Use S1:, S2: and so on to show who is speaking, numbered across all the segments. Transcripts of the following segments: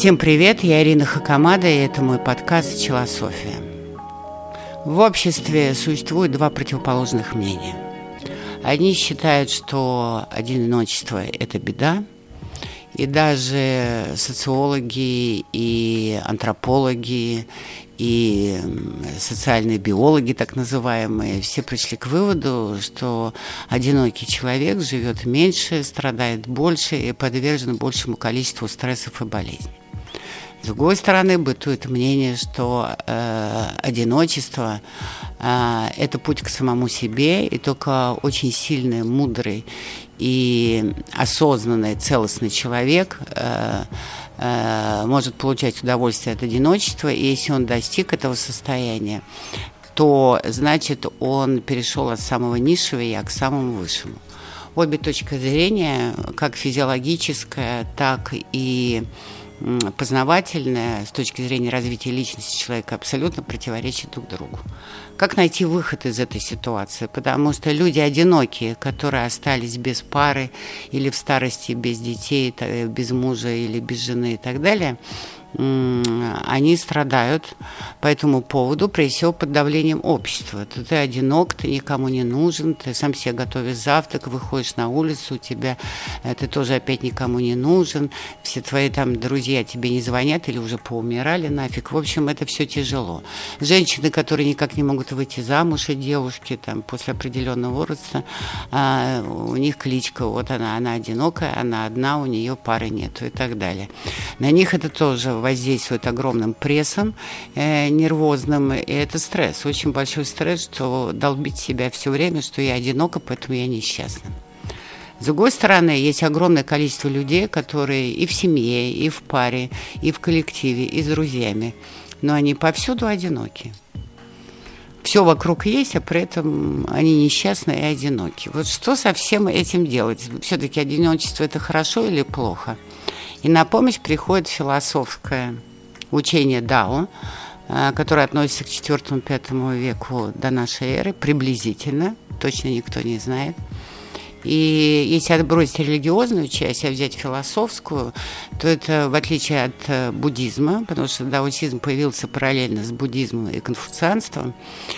S1: Всем привет, я Ирина Хакамада, и это мой подкаст «Человсофия». В обществе существует два противоположных мнения. Одни считают, что одиночество – это беда, и даже социологи и антропологи, и социальные биологи, так называемые, все пришли к выводу, что одинокий человек живет меньше, страдает больше и подвержен большему количеству стрессов и болезней. С другой стороны, бытует мнение, что одиночество это путь к самому себе, и только очень сильный, мудрый и осознанный, целостный человек может получать удовольствие от одиночества, и если он достиг этого состояния, то, значит, он перешел от самого низшего я к самому высшему. Обе точки зрения, как физиологическая, так и познавательная, с точки зрения развития личности человека, абсолютно противоречат друг другу. Как найти выход из этой ситуации? Потому что люди одинокие, которые остались без пары или в старости без детей, без мужа или без жены и так далее, они страдают по этому поводу, прежде всего, под давлением общества. Ты одинок, ты никому не нужен, ты сам себе готовишь завтрак, выходишь на улицу, ты тоже опять никому не нужен, все твои там друзья тебе не звонят или уже поумирали нафиг. В общем, это все тяжело. Женщины, которые никак не могут выйти замуж, и девушки там, после определенного возраста, у них кличка, вот она одинокая, она одна, у нее пары нету и так далее. На них это тоже воздействует огромным прессом нервозным, и это стресс, очень большой стресс, что долбить себя все время, что я одинока, поэтому я несчастна. С другой стороны, есть огромное количество людей, которые и в семье, и в паре, и в коллективе, и с друзьями, но они повсюду одиноки. Все вокруг есть, а при этом они несчастны и одиноки. Вот что со всем этим делать? Все-таки одиночество – это хорошо или плохо? И на помощь приходит философское учение Дао, которое относится к IV-V веку до нашей эры, приблизительно, точно никто не знает. И если отбросить религиозную часть, а взять философскую, то это, в отличие от буддизма, потому что даосизм появился параллельно с буддизмом и конфуцианством,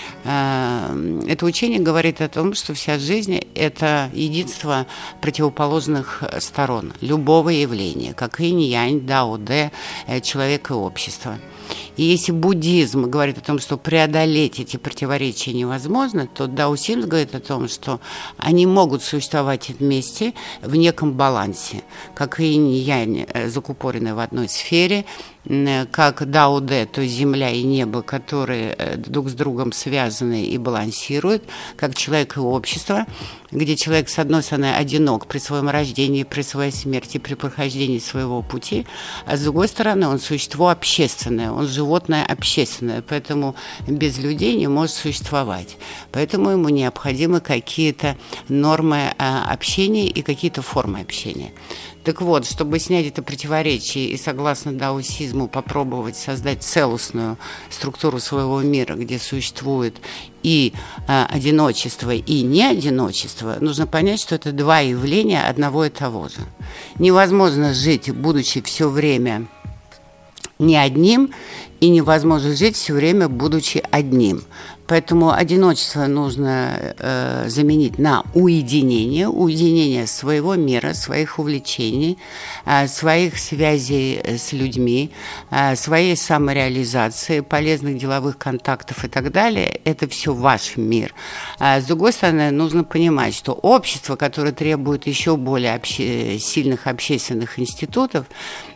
S1: это учение говорит о том, что вся жизнь – это единство противоположных сторон любого явления, как инь-янь, дао-дэ, человек и общество. И если буддизм говорит о том, что преодолеть эти противоречия невозможно, то даосизм говорит о том, что они могут существовать вместе в неком балансе, как инь-янь, закупоренные в одной сфере, как дао-дэ, то есть земля и небо, которые друг с другом связаны и балансируют, как человек и общество, где человек, с одной стороны, одинок при своем рождении, при своей смерти, при прохождении своего пути, а с другой стороны, он существо общественное, он животное общественное, поэтому без людей не может существовать. Поэтому ему необходимы какие-то нормы общения и какие-то формы общения. Так вот, чтобы снять это противоречие и, согласно даосизму, попробовать создать целостную структуру своего мира, где существует и одиночество, и неодиночество, нужно понять, что это два явления одного и того же. Невозможно жить, будучи все время не одним, и невозможно жить все время, будучи одним. Поэтому одиночество нужно заменить на уединение своего мира, своих увлечений, своих связей с людьми, своей самореализации, полезных деловых контактов и так далее. Это все ваш мир. С другой стороны, нужно понимать, что общество, которое требует еще более сильных общественных институтов,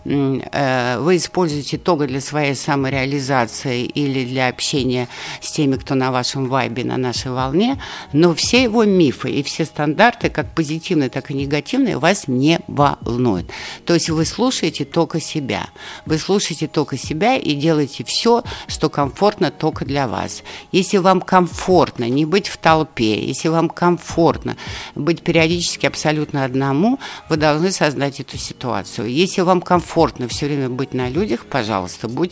S1: вы используете только для своей самореализации или для общения с теми, кто на вашем вайбе, на нашей волне, но все его мифы и все стандарты, как позитивные, так и негативные, вас не волнуют. То есть вы слушаете только себя. Вы слушаете только себя и делаете все, что комфортно только для вас. Если вам комфортно не быть в толпе, если вам комфортно быть периодически абсолютно одному, вы должны создать эту ситуацию. Если вам комфортно все время быть на людях, пожалуйста, будьте все время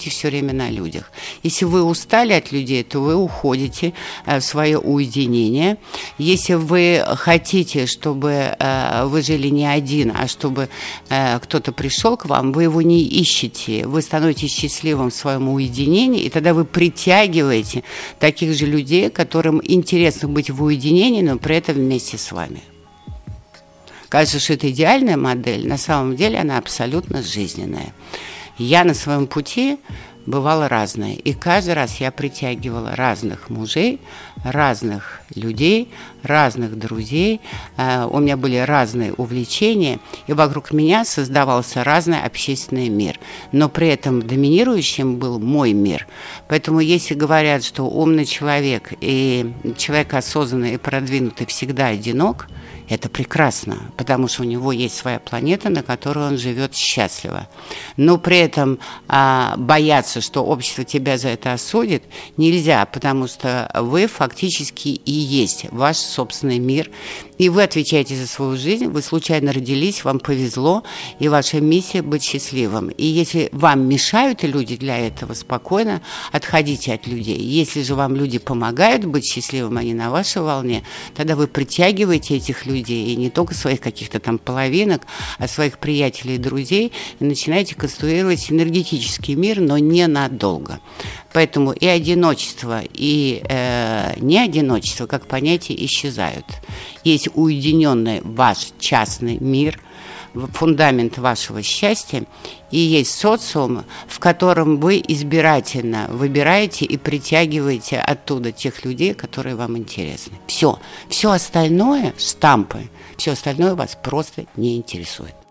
S1: именно о людях. Если вы устали от людей, то вы уходите в свое уединение. Если вы хотите, чтобы вы жили не один, а чтобы кто-то пришел к вам, вы его не ищете, вы становитесь счастливым в своем уединении, и тогда вы притягиваете таких же людей, которым интересно быть в уединении, но при этом вместе с вами. Кажется, что это идеальная модель, на самом деле она абсолютно жизненная. Я на своем пути бывала разная, и каждый раз я притягивала разных мужей, разных людей, разных друзей, у меня были разные увлечения, и вокруг меня создавался разный общественный мир, но при этом доминирующим был мой мир. Поэтому если говорят, что умный человек и человек осознанный и продвинутый всегда одинок, это прекрасно, потому что у него есть своя планета, на которой он живет счастливо. Но при этом бояться, что общество тебя за это осудит, нельзя, потому что вы фактически и есть ваш собственный мир, и вы отвечаете за свою жизнь, вы случайно родились, вам повезло, и ваша миссия быть счастливым. И если вам мешают люди для этого, спокойно отходите от людей. Если же вам люди помогают быть счастливым, они на вашей волне, тогда вы притягиваете этих людей, и не только своих каких-то там половинок, а своих приятелей и друзей, и начинаете конструировать энергетический мир, но ненадолго. Поэтому и одиночество, и неодиночество, как понятие, исчезают. Есть уединенный ваш частный мир, фундамент вашего счастья, и есть социум, в котором вы избирательно выбираете и притягиваете оттуда тех людей, которые вам интересны. Все остальное, штампы, все остальное вас просто не интересует.